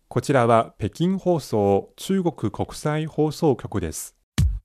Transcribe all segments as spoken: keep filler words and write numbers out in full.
こちらは北京放送中国国際放送局です。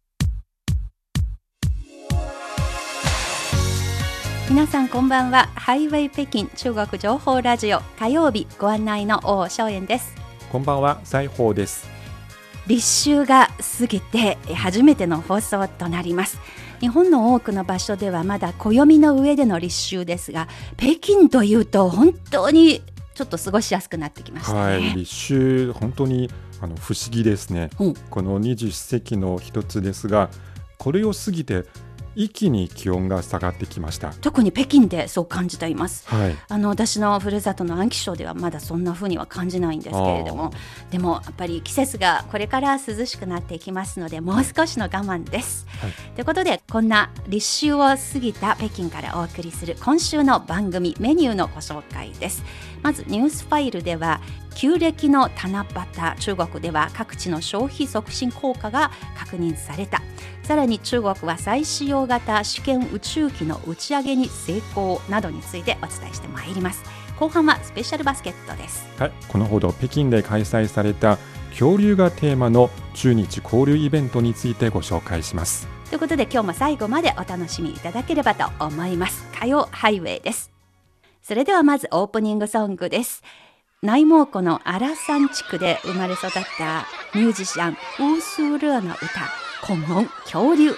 皆さんこんばんは。ハイウェイ北京中国情報ラジオ火曜日ご案内の王昭燕です。 こんばんは、西宝です。 立秋が過ぎて初めての放送となります。日本の多くの場所ではまだ暦の上での立秋ですが、北京というと本当にちょっと過ごしやすくなってきましたね。 はい、立秋本当にあの不思議ですね、うん、この二十四節気の一つですが、これを過ぎて一気に気温が下がってきました。 特に北京でそう感じています、 はい、 あの私のふるさとの安徽省ではまだそんな風には感じないんですけれども、でもやっぱり季節がこれから涼しくなっていきますので、もう少しの我慢です、はい、ということでこんな立秋を過ぎた北京からお送りする今週の番組メニューのご紹介です。まずニュースファイルでは旧暦の七夕、中国では各地の消費促進効果が確認された。さらに中国は再使用型試験宇宙機の打ち上げに成功などについてお伝えしてまいります。後半はスペシャルバスケットです。 はい、このほど北京で開催された恐竜がテーマの中日交流イベントについてご紹介します。 ということで今日も最後までお楽しみいただければと思います。火曜ハイウェイです。それではまずオープニングソングです。内蒙古のアラサン地区で生まれ育ったミュージシャンウースールーの歌、恐龍恐竜です。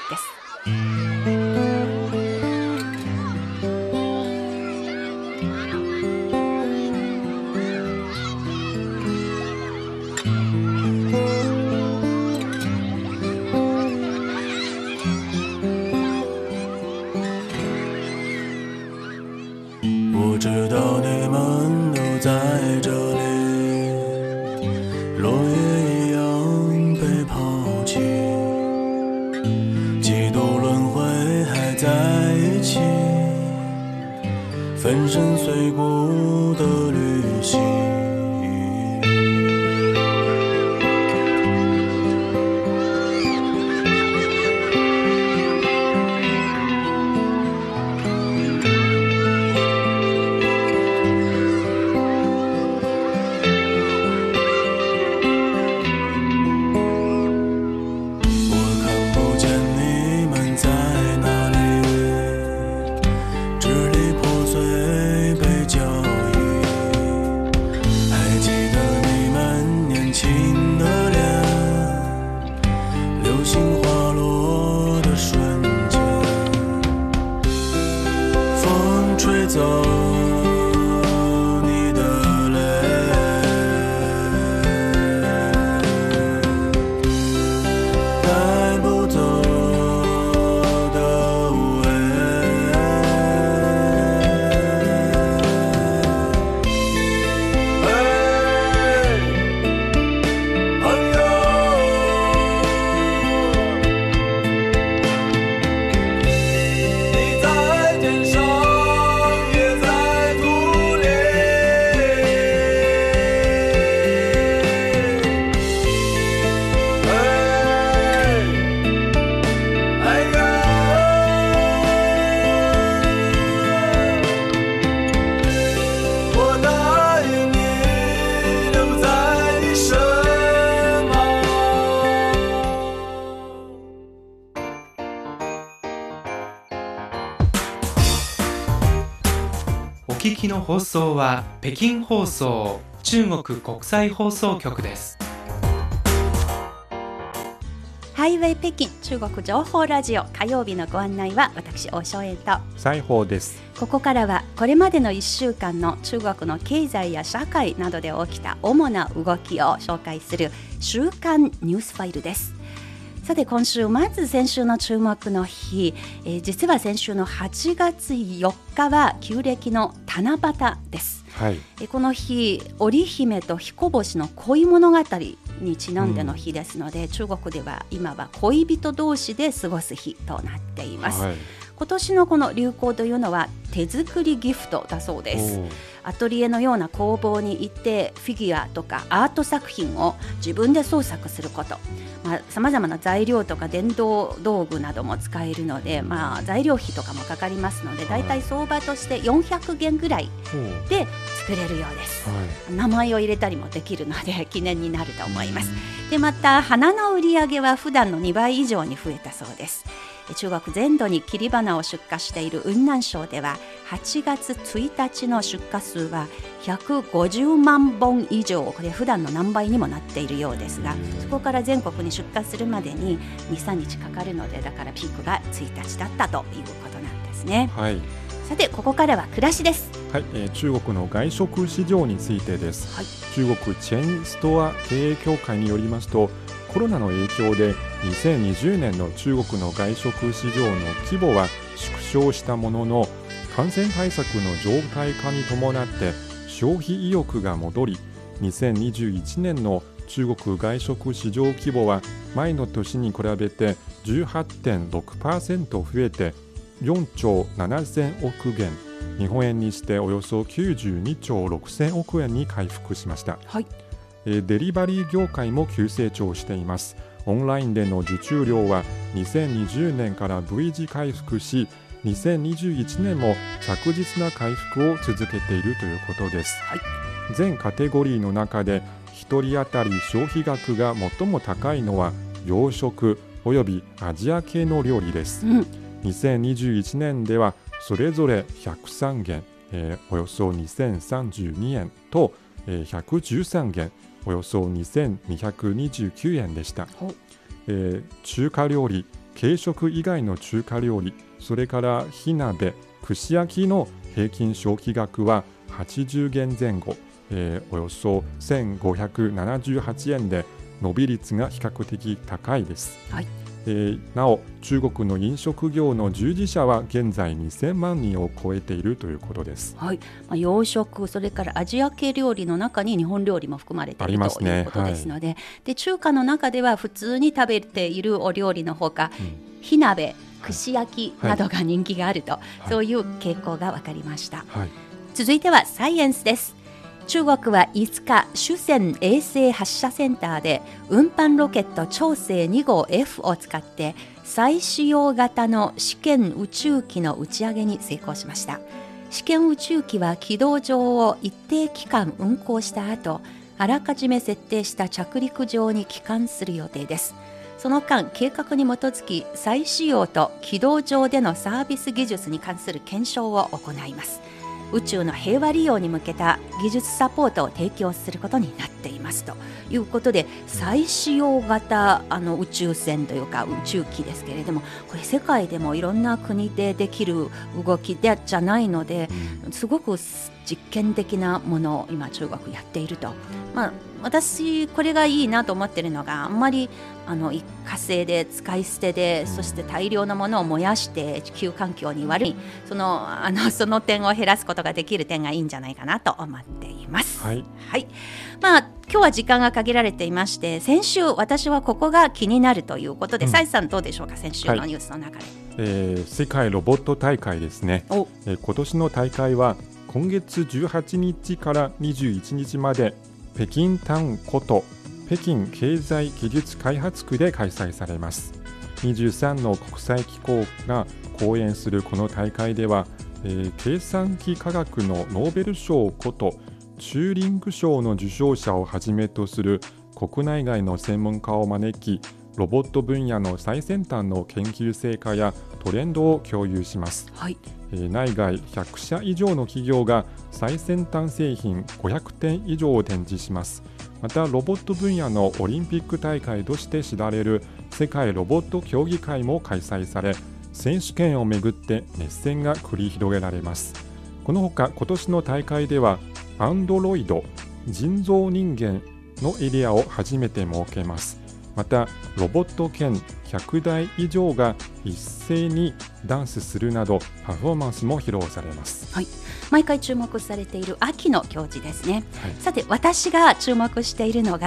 我知道你们都在这里，落叶一样被抛弃，几度轮回还在一起，粉身碎骨的旅行。 お聞きの放送は北京放送中国国際放送局です。 ハイウェイ北京中国情報ラジオ火曜日のご案内は私王昭燕と西宝です。 ここからはこれまでのいっしゅうかんの中国の経済や社会などで起きた主な動きを紹介する週刊ニュースファイルです。さて今週、まず先週の注目の日、えー、実は先週のはちがつよっかは旧暦の七夕です、 はい、 えー、この日織姫と彦星の恋物語にちなんでの日ですので、うん、中国では今は恋人同士で過ごす日となっています、はい、 今年のこの流行というのは手作りギフトだそうです。アトリエのような工房に行ってフィギュアとかアート作品を自分で創作すること、さまざ、まな材料とか電動道具なども使えるので、まあ、材料費とかもかかりますので、だいたい相場としてよんひゃくげんぐらいで作れるようです、はい、名前を入れたりもできるので記念になると思います。でまた花の売り上げは普段のにばい以上に増えたそうです。中国全土に切り花を出荷している雲南省でははちがつついたちの出荷数はひゃくごじゅうまんぼん以上、これ普段の何倍にもなっているようですが、そこから全国に出荷するまでに にさんにちかかるので、だからピークがついたちだったということなんですね、はい、さてここからは暮らしです。 はい、えー、中国の外食市場についてです、はい、中国チェーンストア経営協会によりますと、コロナの影響でにせんにじゅうねんの中国の外食市場の規模は縮小したものの、感染対策の常態化に伴って消費意欲が戻り、にせんにじゅういちねんの中国外食市場規模は前の年に比べて じゅうはちてんろくパーセント 増えてよんちょうななせんおくげん、日本円にしておよそきゅうじゅうにちょうろくせんおくえんに回復しました、はい、デリバリー業界も急成長しています。オンラインでの受注量はにせんにじゅうねんから V 字回復し、にせんにじゅういちねんも着実な回復を続けているということです、はい、全カテゴリーの中でひとり当たり消費額が最も高いのは洋食およびアジア系の料理です、うん、にせんにじゅういちねんではそれぞれひゃくさんげん、えー、およそにせんさんじゅうにえんと、えー、ひゃくじゅうさんげん、およそにせんにひゃくにじゅうきゅうえんでした、えー、中華料理、軽食以外の中華料理、それから火鍋、串焼きの平均消費額ははちじゅうげんぜん後、えー、およそせんごひゃくななじゅうはちえんで伸び率が比較的高いです、はい、えー、なお中国の飲食業の従事者は現在にせんまんにんを超えているということです、 はい、まあ、洋食、それからアジア系料理の中に日本料理も含まれている、ね、ということですので、はい、で中華の中では普通に食べているお料理のほか、うん、火鍋、串焼きなどが人気があると、はい、そういう傾向が分かりました、はい、続いてはサイエンスです。中国はいつか酒泉衛星発射センターで運搬ロケット長征に号 F を使って再使用型の試験宇宙機の打ち上げに成功しました。試験宇宙機は軌道上を一定期間運行した後、あらかじめ設定した着陸場に帰還する予定です。その間、計画に基づき再使用と軌道上でのサービス技術に関する検証を行います。宇宙の平和利用に向けた技術サポートを提供することになっていますということで、再使用型あの宇宙船というか宇宙機ですけれども、これ世界でもいろんな国でできる動きでじゃないので、すごく実験的なものを今中国やっていると、まあ、私これがいいなと思っているのが、あんまりあの一過性で使い捨てで、そして大量のものを燃やして地球環境に悪い、その、あのその点を減らすことができる点がいいんじゃないかなと思っています、はいはい。まあ、今日は時間が限られていまして、先週私はここが気になるということで、うん、サイさんどうでしょうか、先週のニュースの中で、はい、 えー、世界ロボット大会ですね、えー、今年の大会は今月じゅうはちにちからにじゅういちにちまで北京丹こと北京経済技術開発区で開催されます。にじゅうさんの国際機構が講演するこの大会では、えー、計算機科学のノーベル賞ことチューリング賞の受賞者をはじめとする国内外の専門家を招き、ロボット分野の最先端の研究成果やトレンドを共有します、はい。えー、内外ひゃくしゃ以上の企業が最先端製品ごひゃくてん以上を展示します。またロボット分野のオリンピック大会として知られる世界ロボット競技会も開催され、選手権をめぐって熱戦が繰り広げられます。このほか今年の大会ではアンドロイド人造人間のエリアを初めて設けます。またロボット犬ひゃくだい以上が一斉にダンスするなどパフォーマンスも披露されます、はい。 毎回注目されている秋の行事ですね、はい。さて私が注目しているのが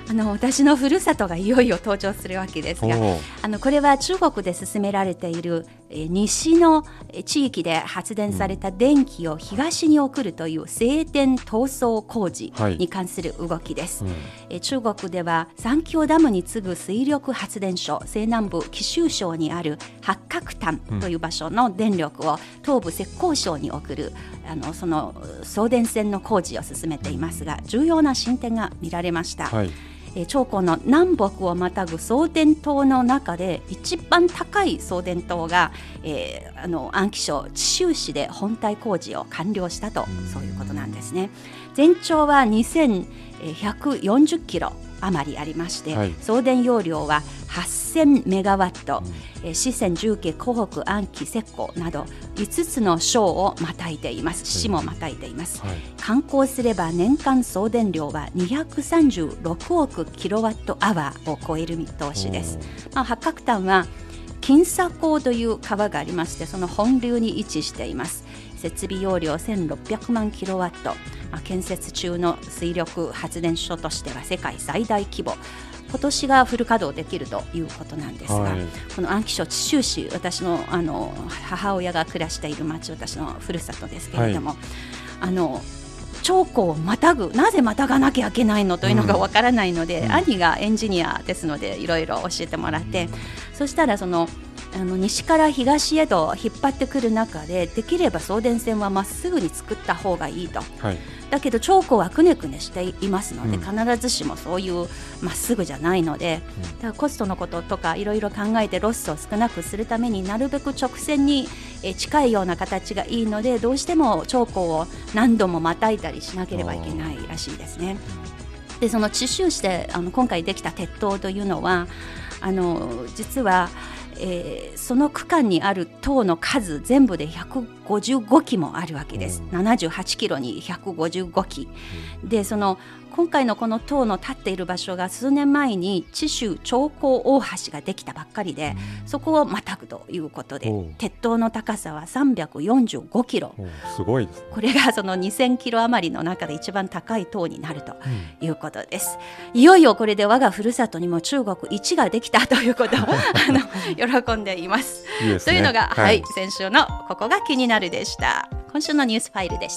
あの私のふるさとがいよいよ登場するわけですが、あのこれは中国で進められているえ西の地域で発電された電気を東に送るという西電闘争工事に関する動きです、はいうん、中国では三峡ダムに次ぐ水力発電所、西南部貴州省にある八角潭という場所の電力を東部浙江省に送るあのその送電線の工事を進めていますが、重要な進展が見られました、はい長江の南北をまたぐ送電塔の中で一番高い送電塔が、えー、あの安徽省智州市で本体工事を完了したと、そういうことなんですね。全長はにせんひゃくよんじゅっキロ余りありまして、はい、送電容量ははっせんメガワット、うん、四川、重慶、湖北、安徽、浙江などいつつの省をまたいでいます。市もまたいでいます、はい、完工すれば年間送電量はにひゃくさんじゅうろくおくキロワットアワーを超える見通しです。まあ、八角潭は金沙江という川がありまして、その本流に位置しています。設備容量せんろっぴゃくまんキロワット、まあ、建設中の水力発電所としては世界最大規模、今年がフル稼働できるということなんですが、はい、この安徽省智州市、私 の, あの母親が暮らしている町、私のふるさとですけれども、はい、あの長江をまたぐ、なぜまたがなきゃいけないのというのがわからないので、うん、兄がエンジニアですのでいろいろ教えてもらって、うん、そしたらそのあの西から東へと引っ張ってくる中で、できれば送電線はまっすぐに作った方がいいと、はい、だけど長江はくねくねしていますので、うん、必ずしもそういうまっすぐじゃないので、うん、だからコストのこととかいろいろ考えてロスを少なくするためになるべく直線に近いような形がいいので、どうしても長江を何度もまたいだりしなければいけないらしいですね。でその智州市であの今回できた鉄塔というのは、あの実はえー、その区間にある塔の数全部でひゃくごじゅうごきもあるわけです、うん、ななじゅうはちキロにひゃくごじゅうごき、うん、でその今回のこの塔の立っている場所が数年前に智州長江大橋ができたばっかりで、うん、そこをまたぐということで、鉄塔の高さはさんびゃくよんじゅうごキロ、 すごいですね。 これがそのにせんキロ余りの中で一番高い塔になるということです、うん、いよいよこれで我がふるさとにも中国一ができたということをあの喜んでいます。いいですね。というのが、はいはい、先週のここが気になるでした。今週のニュースファイルでした。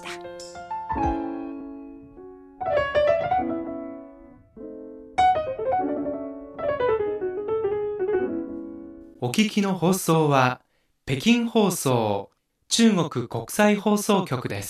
お聞きの放送は北京放送中国国際放送局です。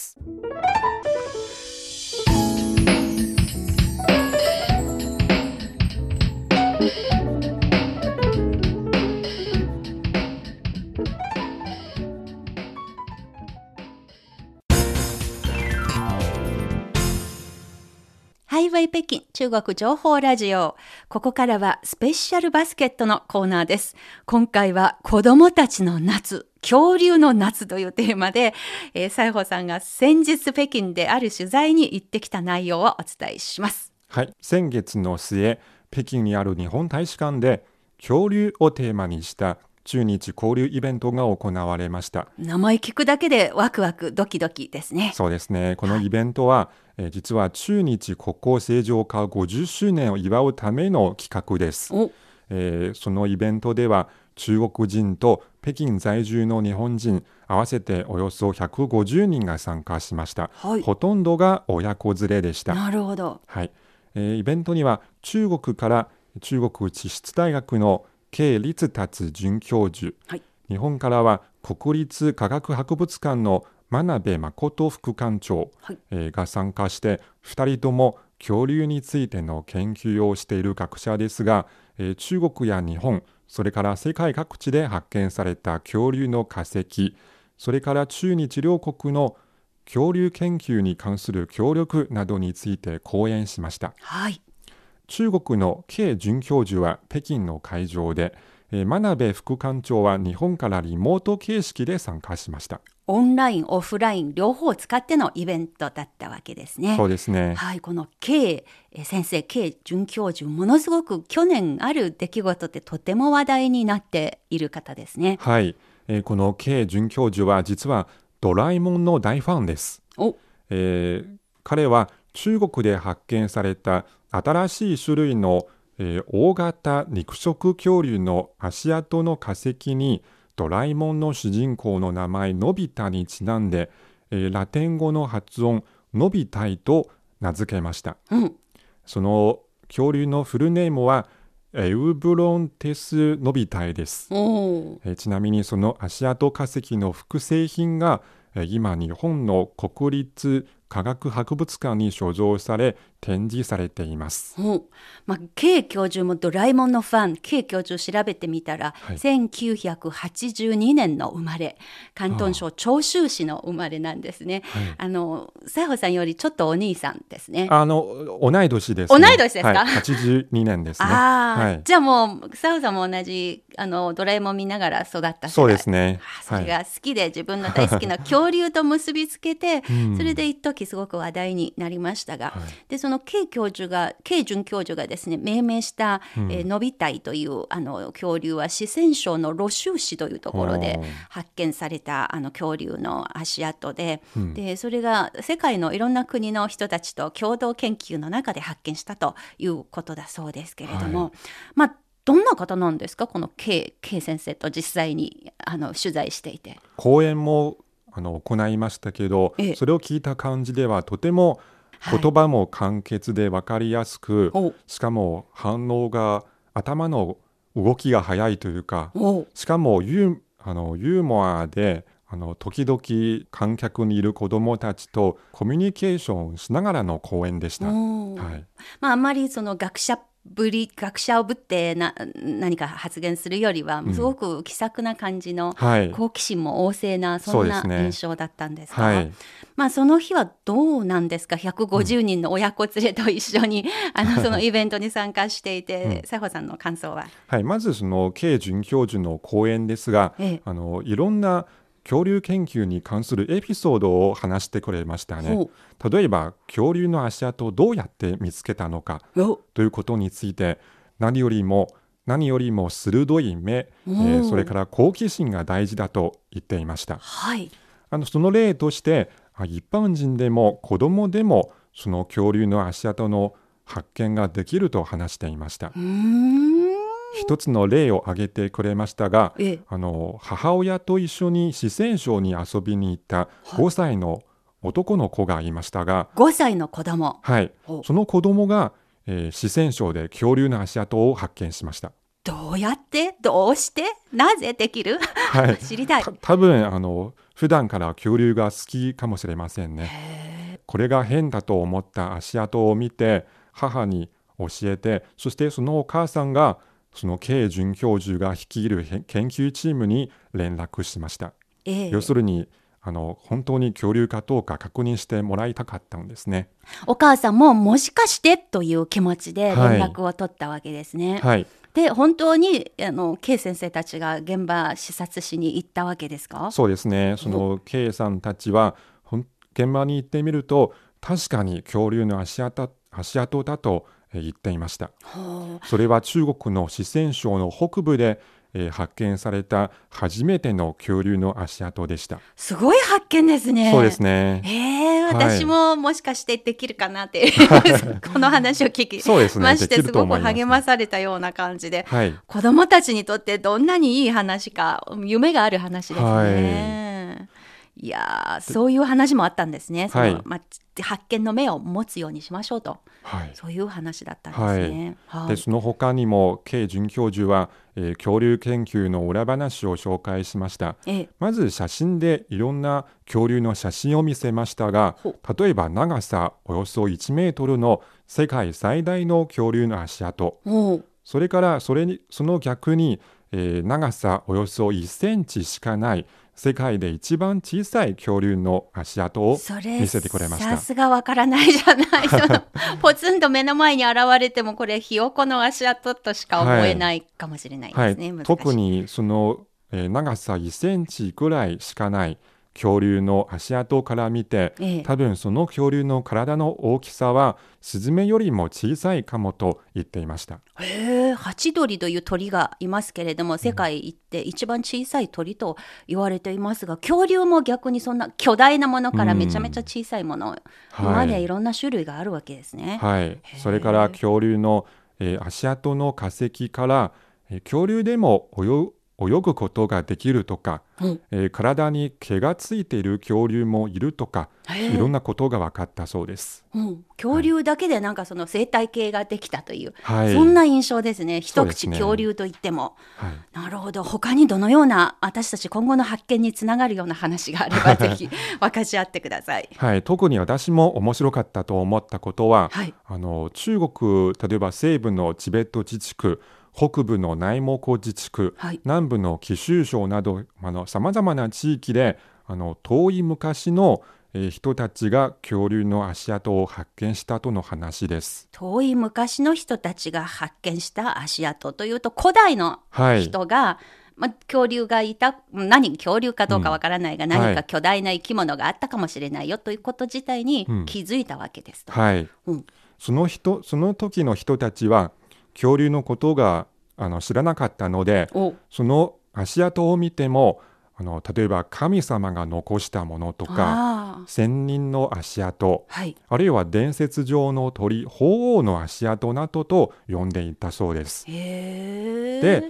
ハイウェイ北京中国情報ラジオ。ここからはスペシャルバスケットのコーナーです。今回は子どもたちの夏、恐竜の夏というテーマで、えー、西郷さんが先日北京である取材に行ってきた内容をお伝えします。 はい、先月の末、北京にある日本大使館で恐竜をテーマにした中日交流イベントが行われました。 名前聞くだけでワクワクドキドキですね。 そうですね。このイベントは、えー、実は中日国交正常化ごじゅっしゅうねんを祝うための企画です。えー、そのイベントでは中国人と北京在住の日本人合わせておよそひゃくごじゅうにんが参加しました、はい、ほとんどが親子連れでした。 なるほど、 はいえー、イベントには中国から中国地質大学のK立達准教授、はい、日本からは国立科学博物館の真鍋誠副館長、はいえー、が参加して、ふたりとも恐竜についての研究をしている学者ですが、えー、中国や日本、それから世界各地で発見された恐竜の化石、それから中日両国の恐竜研究に関する協力などについて講演しました。 はい、 中国の K 准教授は北京の会場で、えー、真鍋副館長は日本からリモート形式で参加しました。 オンライン、オフライン両方使ってのイベントだったわけですね。 そうですね。 はい、この K 先生、K 准教授、ものすごく去年ある出来事ってとても話題になっている方ですね。 はい、えー、この K 准教授は実はドラえもんの大ファンです。お、えー、彼は中国で発見された新しい種類の、えー、大型肉食恐竜の足跡の化石にドラえもんの主人公の名前のび太にちなんで、えー、ラテン語の発音のびたいと名付けました、 うん、 その恐竜のフルネームはエウブロンテスノビタイです。えちなみにその足跡化石の複製品が今日本の国立科学博物館に所蔵され展示されています。 うんまあ、K 教授もドラえもんのファン K 教授調べてみたら、はい、せんきゅうひゃくはちじゅうにねんの生まれ、広東省長州市の生まれなんですね。はい、あの西郷さんよりちょっとお兄さんですね。 あの同い年です、ね、 同い年ですか、はい、 はちじゅうにねんですね。 あ、 はい、 じゃあもう西郷さんも同じあのドラえもん見ながら育った世代。 そうですね。 それが好きで、はい、自分の大好きな恐竜と結びつけて、うん、それで一時すごく話題になりましたが、はい、でその K 教授が K 准教授がですね命名した、うんえー、ノビタイというあの恐竜は四川省の魯州市というところで発見されたあの恐竜の足跡 で,、うん、でそれが世界のいろんな国の人たちと共同研究の中で発見したということだそうですけれども、はい、まあどんな方なんですかこの K, K 先生と実際にあの取材していて。 講演もあの行いましたけど、ええ、それを聞いた感じではとても言葉も簡潔で分かりやすく、はい、しかも反応が頭の動きが早いというか、しかもユー、あのユーモアであの時々観客にいる子どもたちとコミュニケーションしながらの講演でした。はいまあ、あんまりその学者ぶり学者をぶってな何か発言するよりはすごく気さくな感じの、うんはい、好奇心も旺盛なそんな印象だったんですが、ねはいまあ、その日はどうなんですかひゃくごじゅうにんの親子連れと一緒に、うん、あのそのイベントに参加していて佐保さんの感想は、 はい、まずその K 准教授の講演ですが、ええ、あのいろんな恐竜研究に関するエピソードを話してくれましたね。例えば恐竜の足跡をどうやって見つけたのかということについて何よりも何よりも鋭い目、えー、それから好奇心が大事だと言っていました。 はい、 あのその例として一般人でも子どもでもその恐竜の足跡の発見ができると話していました。 うーん一つの例を挙げてくれましたが、ええ、あの母親と一緒に四川省に遊びに行ったごさいの男の子がいましたが、 ごさいの子供、 はい、その子供が、えー、四川省で恐竜の足跡を発見しました。 どうやってどうしてなぜできる、はい、知りたい。 た多分あの普段から恐竜が好きかもしれませんね。これが変だと思った足跡を見て母に教えて、そしてそのお母さんがその K 准教授が率いる研究チームに連絡しました。えー、要するにあの本当に恐竜かどうか確認してもらいたかったんですね。 お母さんももしかしてという気持ちで連絡を取ったわけですね。 はい、 で本当にあの K 先生たちが現場視察しに行ったわけですか？ そうですね。その K さんたちは現場に行ってみると確かに恐竜の足跡、足跡だと言っていました。それは中国の四川省の北部で、えー、発見された初めての恐竜の足跡でした。 すごい発見ですね。 そうですね。 えー、私ももしかしてできるかなってこの話を聞きそうですね、 ましてすごく励まされたような感じで、 はい、 子どもたちにとってどんなにいい話か夢がある話ですね。はいいやそういう話もあったんですね。その、はいまあ、発見の目を持つようにしましょうと、はい、そういう話だったんですね。 はいはい、でその他にも K 准教授は、えー、恐竜研究の裏話を紹介しました。えまず写真でいろんな恐竜の写真を見せましたが、例えば長さおよそいちメートルの世界最大の恐竜の足跡、それからそれにその逆に、えー、長さおよそいっセンチしかない世界で一番小さい恐竜の足跡を見せてくれました。 さすがわからないじゃないそのポツンと目の前に現れてもこれひよこの足跡としか思えないかもしれないですね。はいはい、 特にその、えー、長さいっセンチぐらいしかない恐竜の足跡から見て、ええ、多分その恐竜の体の大きさはスズメよりも小さいかもと言っていました。 へー、 ハチドリという鳥がいますけれども、世界行って一番小さい鳥と言われていますが、恐竜も逆にそんな巨大なものからめちゃめちゃ小さいものまでいろんな種類があるわけですね。 はい、それから恐竜の、えー、足跡の化石から、えー、恐竜でも泳泳ぐことができるとか、うんえー、体に毛がついている恐竜もいるとか、いろんなことが分かったそうです、 うん、恐竜だけでなんかその生態系ができたという、 はい、 そんな印象ですね。一口恐竜といっても、はい、なるほど。他にどのような私たち今後の発見につながるような話があればぜひ分かち合ってください、 はい、特に私も面白かったと思ったことは、はい、あの中国、例えば西部のチベット自治区、北部の内蒙古自治区、はい、南部の貴州省などさまざまな地域であの遠い昔の、えー、人たちが恐竜の足跡を発見したとの話です。 遠い昔の人たちが発見した足跡というと、古代の人が、はいまあ、恐竜がいた、何恐竜かどうかわからないが、うん、何か巨大な生き物があったかもしれないよということ自体に気づいたわけです、 うんはいうん、その人、その時の人たちは恐竜のことがあの知らなかったので、その足跡を見てもあの例えば神様が残したものとか仙人の足跡、はい、あるいは伝説上の鳥鳳凰の足跡などと呼んでいたそうです。 へで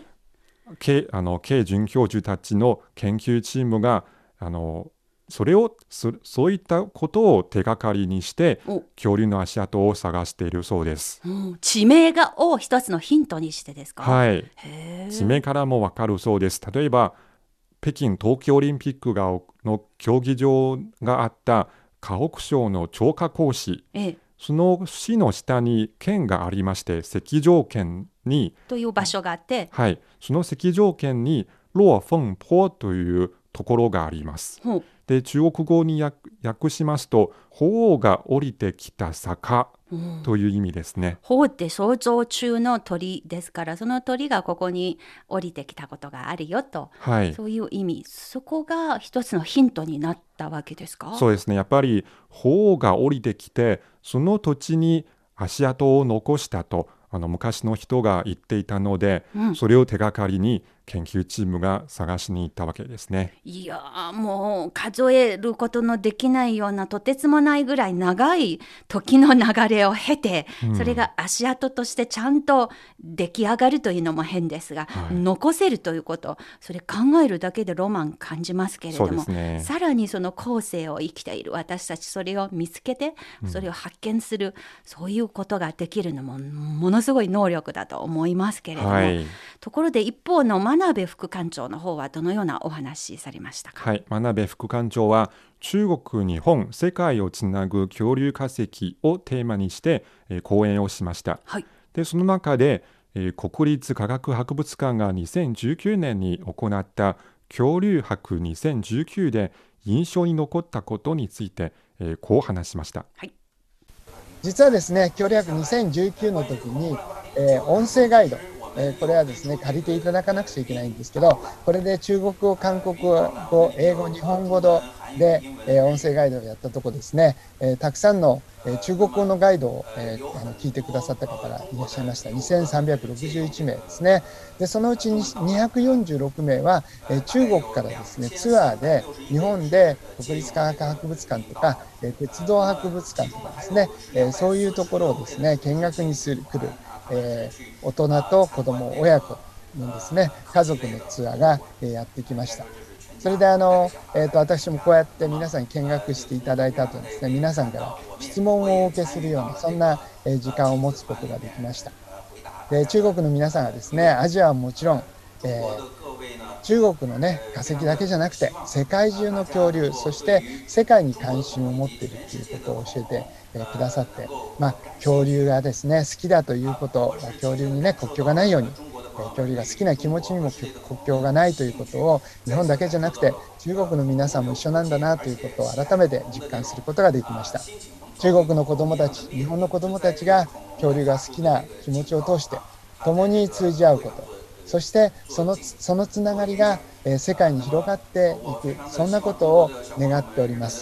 K, あの K 准教授たちの研究チームがあのそれを そ, そういったことを手がかりにして恐竜の足跡を探しているそうです、 うん、地名がを一つのヒントにしてですか？ はい、地名からもわかるそうです。例えば北京冬季オリンピックがの競技場があった河北省の張家口市、ええ、その市の下に県がありまして、石城県にという場所があって、 はい、その石城県に洛凤坡というところがあります、うんで中国語に 訳, 訳しますと、鳳凰が降りてきた坂という意味ですね。 鳳、うん、って想像中の鳥ですから、その鳥がここに降りてきたことがあるよと、はい、そういう意味、そこが一つのヒントになったわけですか？ そうですね。やっぱり鳳凰が降りてきて、その土地に足跡を残したとあの昔の人が言っていたので、うん、それを手がかりに研究チームが探しに行ったわけですね。 いやもう数えることのできないようなとてつもないぐらい長い時の流れを経て、うん、それが足跡としてちゃんと出来上がるというのも変ですが、はい、残せるということ、それ考えるだけでロマン感じますけれども、そうですね、さらにその後世を生きている私たち、それを見つけてそれを発見する、うん、そういうことができるのもものすごい能力だと思いますけれども、はい、ところで一方の真鍋副館長の方はどのようなお話されましたか？ はい、真鍋副館長は中国、日本、世界をつなぐ恐竜化石をテーマにして、えー、講演をしました、はい、でその中で、えー、国立科学博物館がにせんじゅうきゅうねんに行った恐竜博にせんじゅうきゅうで印象に残ったことについて、えー、こう話しました、はい、 実はですね、恐竜博にせんじゅうきゅうの時に、えー、音声ガイド、えー、これはですね借りていただかなくちゃいけないんですけど、これで中国語、韓国語、英語、日本語で、えー、音声ガイドをやったところですね、えー、たくさんの、えー、中国語のガイドを、えー、あの聞いてくださった方がいらっしゃいました。にせんさんびゃくろくじゅういちめいですね。でそのうちににひゃくよんじゅうろくめいは、えー、中国からですねツアーで日本で国立科学博物館とか、えー、鉄道博物館とかですね、えー、そういうところをですね見学にする来る、えー、大人と子ども親子のですね家族のツアーが、えー、やってきました。それであの、えー、と私もこうやって皆さんに見学していただいた後ですね、皆さんから質問をお受けするようなそんな、えー、時間を持つことができました。で中国の皆さんはですね、アジアはもちろん、えー、中国のね化石だけじゃなくて世界中の恐竜、そして世界に関心を持っているということを教えて、えー、くださって、まあ、恐竜がですね好きだということ、恐竜にね国境がないように、恐竜が好きな気持ちにも国境がないということを日本だけじゃなくて中国の皆さんも一緒なんだなということを改めて実感することができました。中国の子どもたち、日本の子どもたちが恐竜が好きな気持ちを通して共に通じ合うこと、そしてその、そのつながりが世界に広がっていく、そんなことを願っております。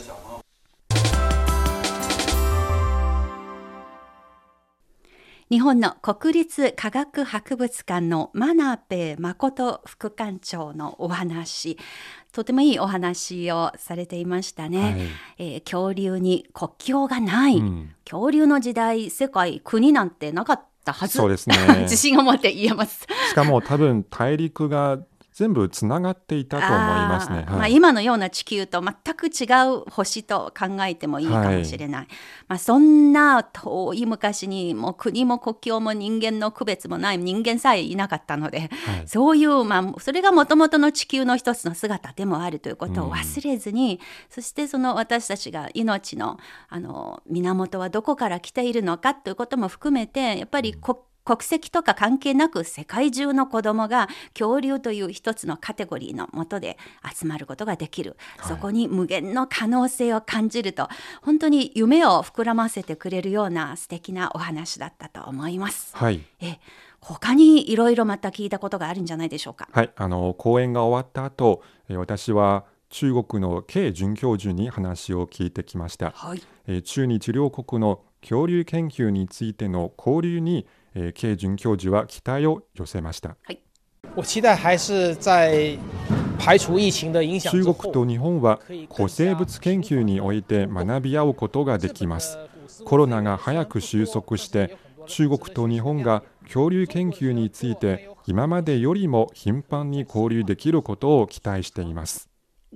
日本の国立科学博物館の真鍋誠副館長のお話、とてもいいお話をされていましたね、はいえー、恐竜に国境がない、うん、恐竜の時代世界国なんてなかったはず。 そうですね自信を持って言えます。 しかも多分大陸が全部つながっていたと思いますね。 あ、はいまあ、今のような地球と全く違う星と考えてもいいかもしれない、はいまあ、そんな遠い昔にもう国も国境も人間の区別もない人間さえいなかったので、はい、そういう、まあ、それがもともとの地球の一つの姿でもあるということを忘れずに、うん、そしてその私たちが命 の, あの源はどこから来ているのかということも含めてやっぱり国国籍とか関係なく世界中の子どもが恐竜という一つのカテゴリーの下で集まることができる、はい、そこに無限の可能性を感じると本当に夢を膨らませてくれるような素敵なお話だったと思います、 はい、 え他にいろいろまた聞いたことがあるんじゃないでしょうか。 はい、あの講演が終わった後、私は中国の K 准教授に話を聞いてきました、はい、中日両国の恐竜研究についての交流にK 准教授は期待を寄せました。はい、 我期待还是在排除疫情的影響之後、 中国と日本は古生物研究において学び合うことができます。コロナが早く収束して中国と日本が恐竜研究について今までよりも頻繁に交流できることを期待しています。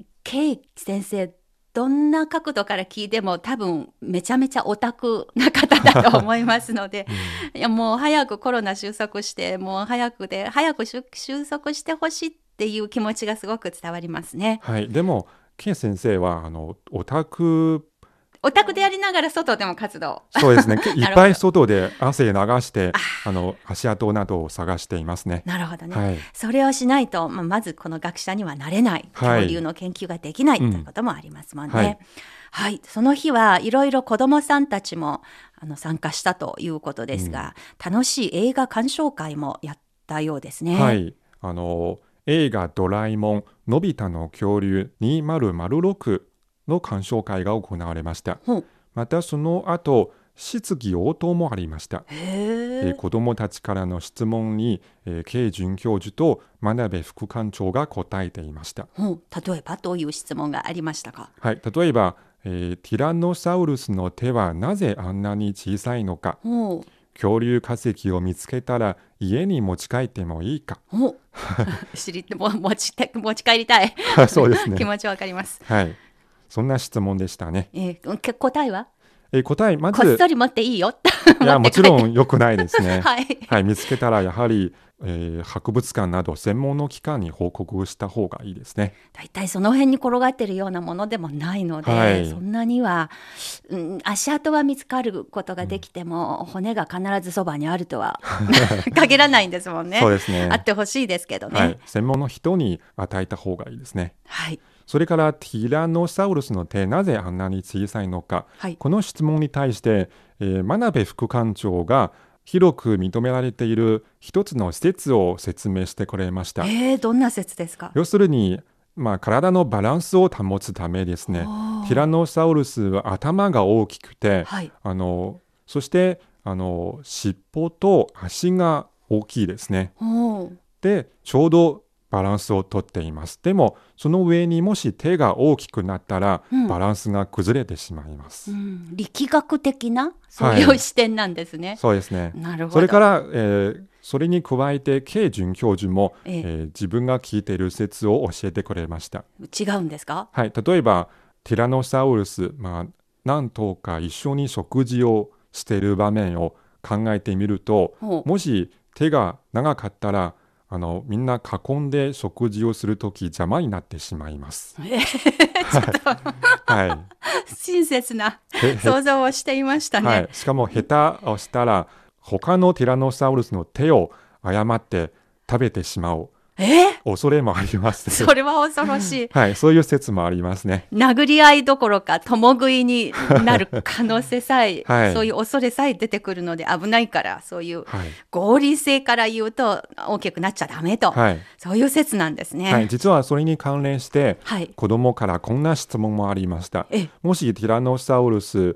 K 先生、どんな角度から聞いても多分めちゃめちゃオタクな方だと思いますので、うん、いやもう早くコロナ収束してもう早くで早く収束してほしいっていう気持ちがすごく伝わりますね。 はい、でも K 先生はあのオタクオタクでやりながら外でも活動。 そうですねいっぱい外で汗流してあの足跡などを探していますね。 なるほどね、 はい、 それをしないと、まあ、まずこの学者にはなれない、恐竜の研究ができない、はい、ということもありますもんね、うんはいはい、その日はいろいろ子どもさんたちもあの参加したということですが、うん、楽しい映画鑑賞会もやったようですね。 はい、あの映画ドラえもんのび太の恐竜にせんろくの鑑賞会が行われました、うん、またその後質疑応答もありました。えー、子どもたちからの質問に、えー、K 准教授と真鍋副館長が答えていました、 うん、例えばどういう質問がありましたか。 はい、例えば、えー、ティラノサウルスの手はなぜあんなに小さいのか、うん、恐竜化石を見つけたら家に持ち帰ってもいいか。 知りも持ち持ち帰りたいそうですね気持ちわかります。 はい、そんな質問でしたね。 えー、答えはえー、答えまずこっそり持っていいよいやもちろん良くないですね、 はいはい、見つけたらやはり、えー、博物館など専門の機関に報告した方がいいですね。 だいたいその辺に転がってるようなものでもないので、はい、そんなには、うん、足跡は見つかることができても、うん、骨が必ずそばにあるとは限らないんですもんね。 そうですね、 あってほしいですけどね、 はい、専門の人に与えた方がいいですね。 はい、 それからティラノサウルスの手なぜあんなに小さいのか、はい、この質問に対して、えー、真鍋副館長が広く認められている一つの説を説明してくれました。 えー、どんな説ですか。 要するに、まあ、体のバランスを保つためですね。ティラノサウルスは頭が大きくて、はい、あのそしてあの尻尾と足が大きいですね。でちょうどバランスをとっています。でもその上にもし手が大きくなったら、うん、バランスが崩れてしまいます、うん、 力学的なそういう視点なんですね、 はい、そうですね。 なるほど。 それから、えー、それに加えて K 准教授も、えーえー、自分が聞いている説を教えてくれました。 違うんですか。 はい、例えばティラノサウルス、まあ、何頭か一緒に食事をしている場面を考えてみると、もし手が長かったらあのみんな囲んで食事をするとき邪魔になってしまいます。 えー、ちょっと、はい、親切な想像をしていましたね、 はい、しかも下手をしたら他のティラノサウルスの手を誤って食べてしまうえ恐れもあります。 それは恐ろしい、 はい、そういう説もありますね。 殴り合いどころか共食いになる可能性さえ、はい、そういう恐れさえ出てくるので危ないから、そういう合理性から言うと大きくなっちゃダメと、はい、そういう説なんですね、 はい、実はそれに関連して、はい、子供からこんな質問もありました。もしティラノサウルス、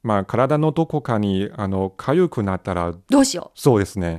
まあ、体のどこかにあの痒くなったらどうしよう。そうですね、 うん、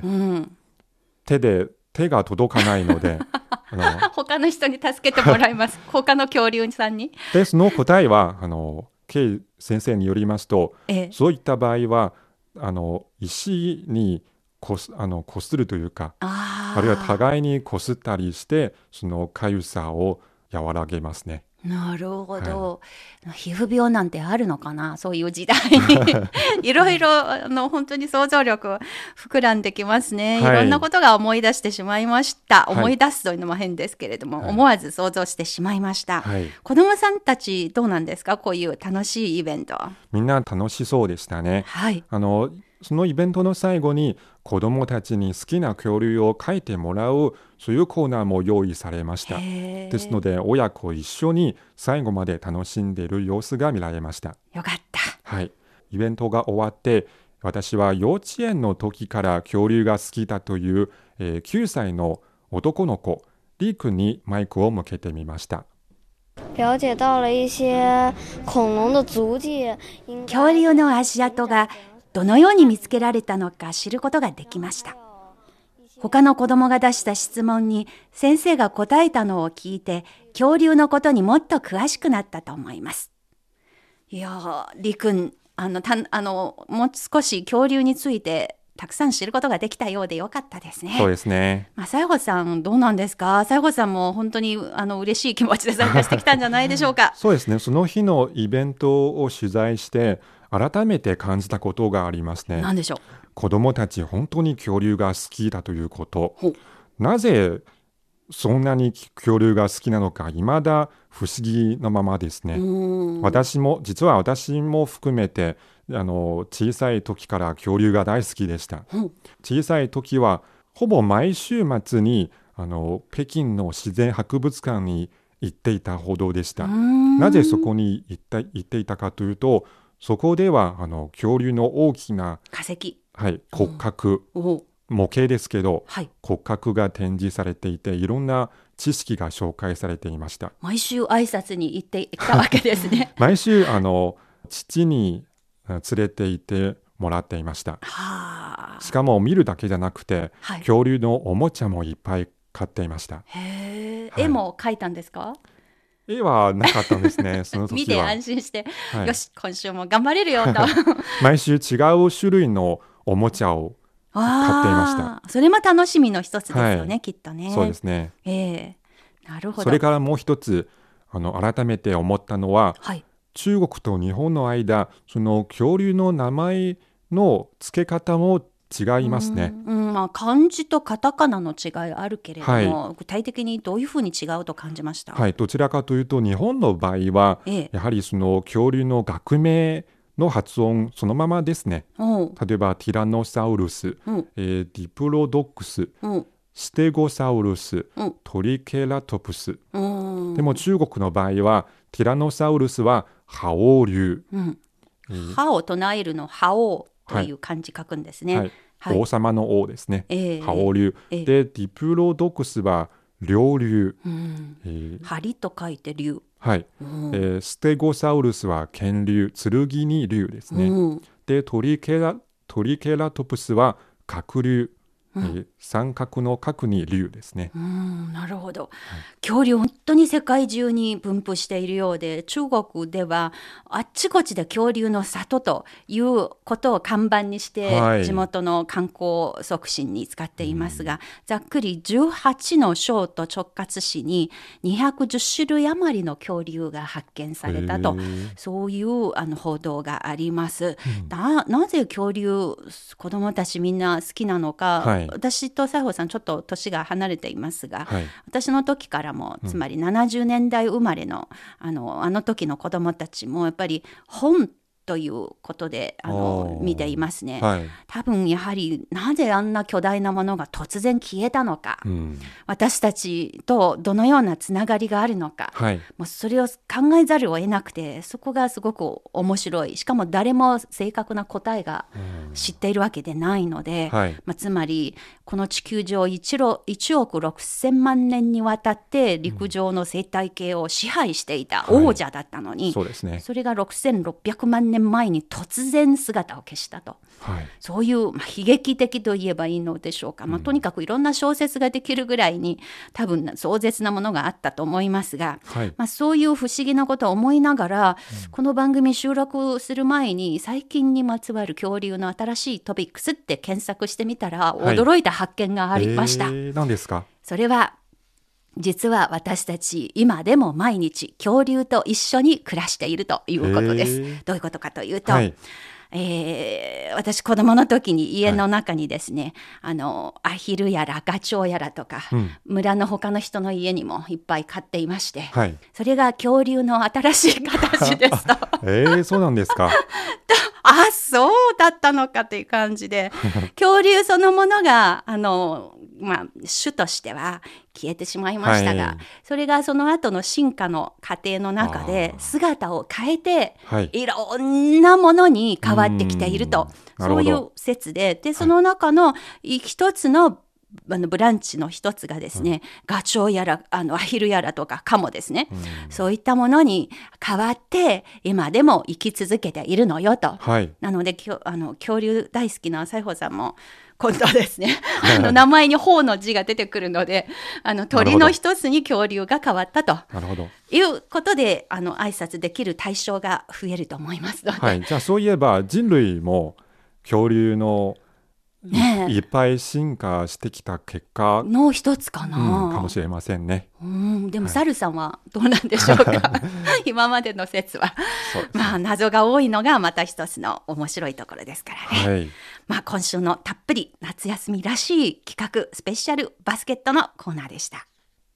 手で手が届かないのであの他の人に助けてもらいます他の恐竜さんに。 でその答えはあのケイ先生によりますと、 ええ、 そういった場合はあの石にこすあのこするというか、 あ, あるいは互いにこすったりしてその痒さを和らげますね。 なるほど、はい、皮膚病なんてあるのかな、そういう時代にいろいろあの本当に想像力膨らんできますね、はい、いろんなことが思い出してしまいました、はい、思い出すというのも変ですけれども、はい、思わず想像してしまいました、はい、子どもさんたちどうなんですか、こういう楽しいイベント。 みんな楽しそうでしたね、 はい、 あのそのイベントの最後に子どもたちに好きな恐竜を描いてもらう、そういうコーナーも用意されました。ですので親子一緒に最後まで楽しんでいる様子が見られました。 よかった、 はい、イベントが終わって私は幼稚園の時から恐竜が好きだという、えー、きゅうさいの男の子リー君にマイクを向けてみました。 了解到了一些恐龍の足跡。 恐竜の足跡がどのように見つけられたのか知ることができました。他の子供が出した質問に先生が答えたのを聞いて、恐竜のことにもっと詳しくなったと思います。いやー、りくん、あのたあのもう少し恐竜についてたくさん知ることができたようでよかったですね。 そうですね。 まあ、西郷さんどうなんですか。西郷さんも本当にあの嬉しい気持ちで参加してきたんじゃないでしょうか。 そうですね。その日のイベントを取材して改めて感じたことがありますね。 何でしょう。 子どもたち本当に恐竜が好きだということ。なぜそんなに恐竜が好きなのか未だ不思議なままですね。私も実は私も含めてあの小さい時から恐竜が大好きでした。小さい時はほぼ毎週末にあの北京の自然博物館に行っていたほどでした。なぜそこに行った、行っていたかというと、そこではあの恐竜の大きな化石、 はい、骨格、模型ですけど、はい、骨格が展示されていていろんな知識が紹介されていました。 毎週挨拶に行っていたわけですね。 毎週あの父に連れて行ってもらっていました。 はしかも見るだけじゃなくて、はい、恐竜のおもちゃもいっぱい買っていました。 へ、はい、絵も描いたんですか。 絵はなかったんですね。その時は見て安心して、はい、よし今週も頑張れるよと毎週違う種類のおもちゃを買っていました。 それも楽しみの一つですよね、はい、きっとね。 そうですね、 えー、なるほど。 それからもう一つあの改めて思ったのは、はい、中国と日本の間その恐竜の名前の付け方も違いますね。 うん、うん、まあ、漢字とカタカナの違いあるけれども、はい、具体的にどういうふうに違うと感じました。 はい、どちらかというと日本の場合は、ええ、やはりその恐竜の学名の発音そのままですね。例えばティラノサウルス、うんえー、ディプロドックス、うん、ステゴサウルス、うん、トリケラトプス、うん、でも中国の場合はティラノサウルスは覇王竜、うんえー、覇を唱えるの覇王という漢字書くんですね。はいはい、王様の王ですね。えー、覇王竜、えー、でディプロドックスは両竜、 うんえー、針と書いて竜、 はいえー、ステゴサウルスは剣竜、剣に竜ですね。うん、でトリケラ、トリケラトプスは角竜、うんえー、三角の角に竜ですね。 うん、なるほど、はい、恐竜本当に世界中に分布しているようで、中国ではあっちこっちで恐竜の里ということを看板にして、はい、地元の観光促進に使っていますが、うん、ざっくりじゅうはちの省と直轄市ににひゃくじゅっしゅるい余りの恐竜が発見されたと、そういうあの報道があります。うん、な, なぜ恐竜子どもたちみんな好きなのか、はい、私と西郷さんちょっと年が離れていますが、はい、私の時からもつまりななじゅうねんだい生まれ の,、うん、あのあの時の子どもたちもやっぱり本ということであの見ていますね。はい、多分やはりなぜあんな巨大なものが突然消えたのか、うん、私たちとどのようなつながりがあるのか、はい、もうそれを考えざるを得なくて、そこがすごく面白い。しかも誰も正確な答えが知っているわけでないので、うんはいまあ、つまりこの地球上 1, いちおくろくせんまんねんにわたって陸上の生態系を支配していた王者だったのに、うんはい そ, ね、それがろくせんろっぴゃくまんねんねんまえに突然姿を消したと、はい、そういう、まあ、悲劇的といえばいいのでしょうか、まあ、とにかくいろんな小説ができるぐらいに多分壮絶なものがあったと思いますが、はい、まあ、そういう不思議なことを思いながら、うん、この番組収録する前に最近にまつわる恐竜の新しいトピックスって検索してみたら、はい、驚いた発見がありました。えー、何ですか？それは実は私たち今でも毎日恐竜と一緒に暮らしているということです。どういうことかというと、はい、えー、私子供の時に家の中にですね、はい、あのアヒルやらガチョウやらとか、うん、村の他の人の家にもいっぱい飼っていまして、はい、それが恐竜の新しい形ですとえー、そうなんですかあ、そうだったのかという感じで恐竜そのものがあの、まあ、種としては消えてしまいましたが、はい、それがその後の進化の過程の中で姿を変えて、はい、いろんなものに変わってきていると、そういう説で、でその中の一つのあのブランチの一つがですね、うん、ガチョウやらあのアヒルやらとかカモですね、うん、そういったものに変わって今でも生き続けているのよと、はい、なのできょあの恐竜大好きな西郷さんも今度はですねあの名前に頬の字が出てくるのであの鳥の一つに恐竜が変わったということであの挨拶できる対象が増えると思いますので、 はい、じゃあそういえば人類も恐竜のね、いっぱい進化してきた結果の一つかな、 うん、かもしれませんね。 うん、でも、はい、サルさんはどうなんでしょうか今までの説は、まあ、謎が多いのがまた一つの面白いところですからね、はい、まあ、今週のたっぷり夏休みらしい企画スペシャルバスケットのコーナーでした。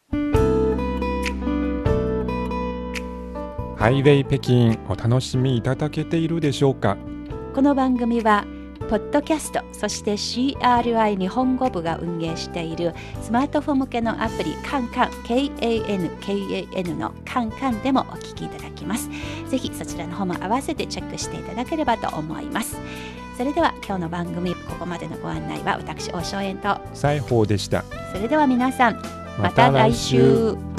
ハイウェイ北京お楽しみいただけているでしょうか。 この番組はポッドキャスト、そして シーアールアイ 日本語部が運営しているスマートフォン向けのアプリカンカン ケーエーエヌケーエーエヌ のカンカンでもお聞きいただきます。ぜひそちらの方も合わせてチェックしていただければと思います。それでは今日の番組ここまでのご案内は私大正円と西宝でした。 それでは皆さんまた来週。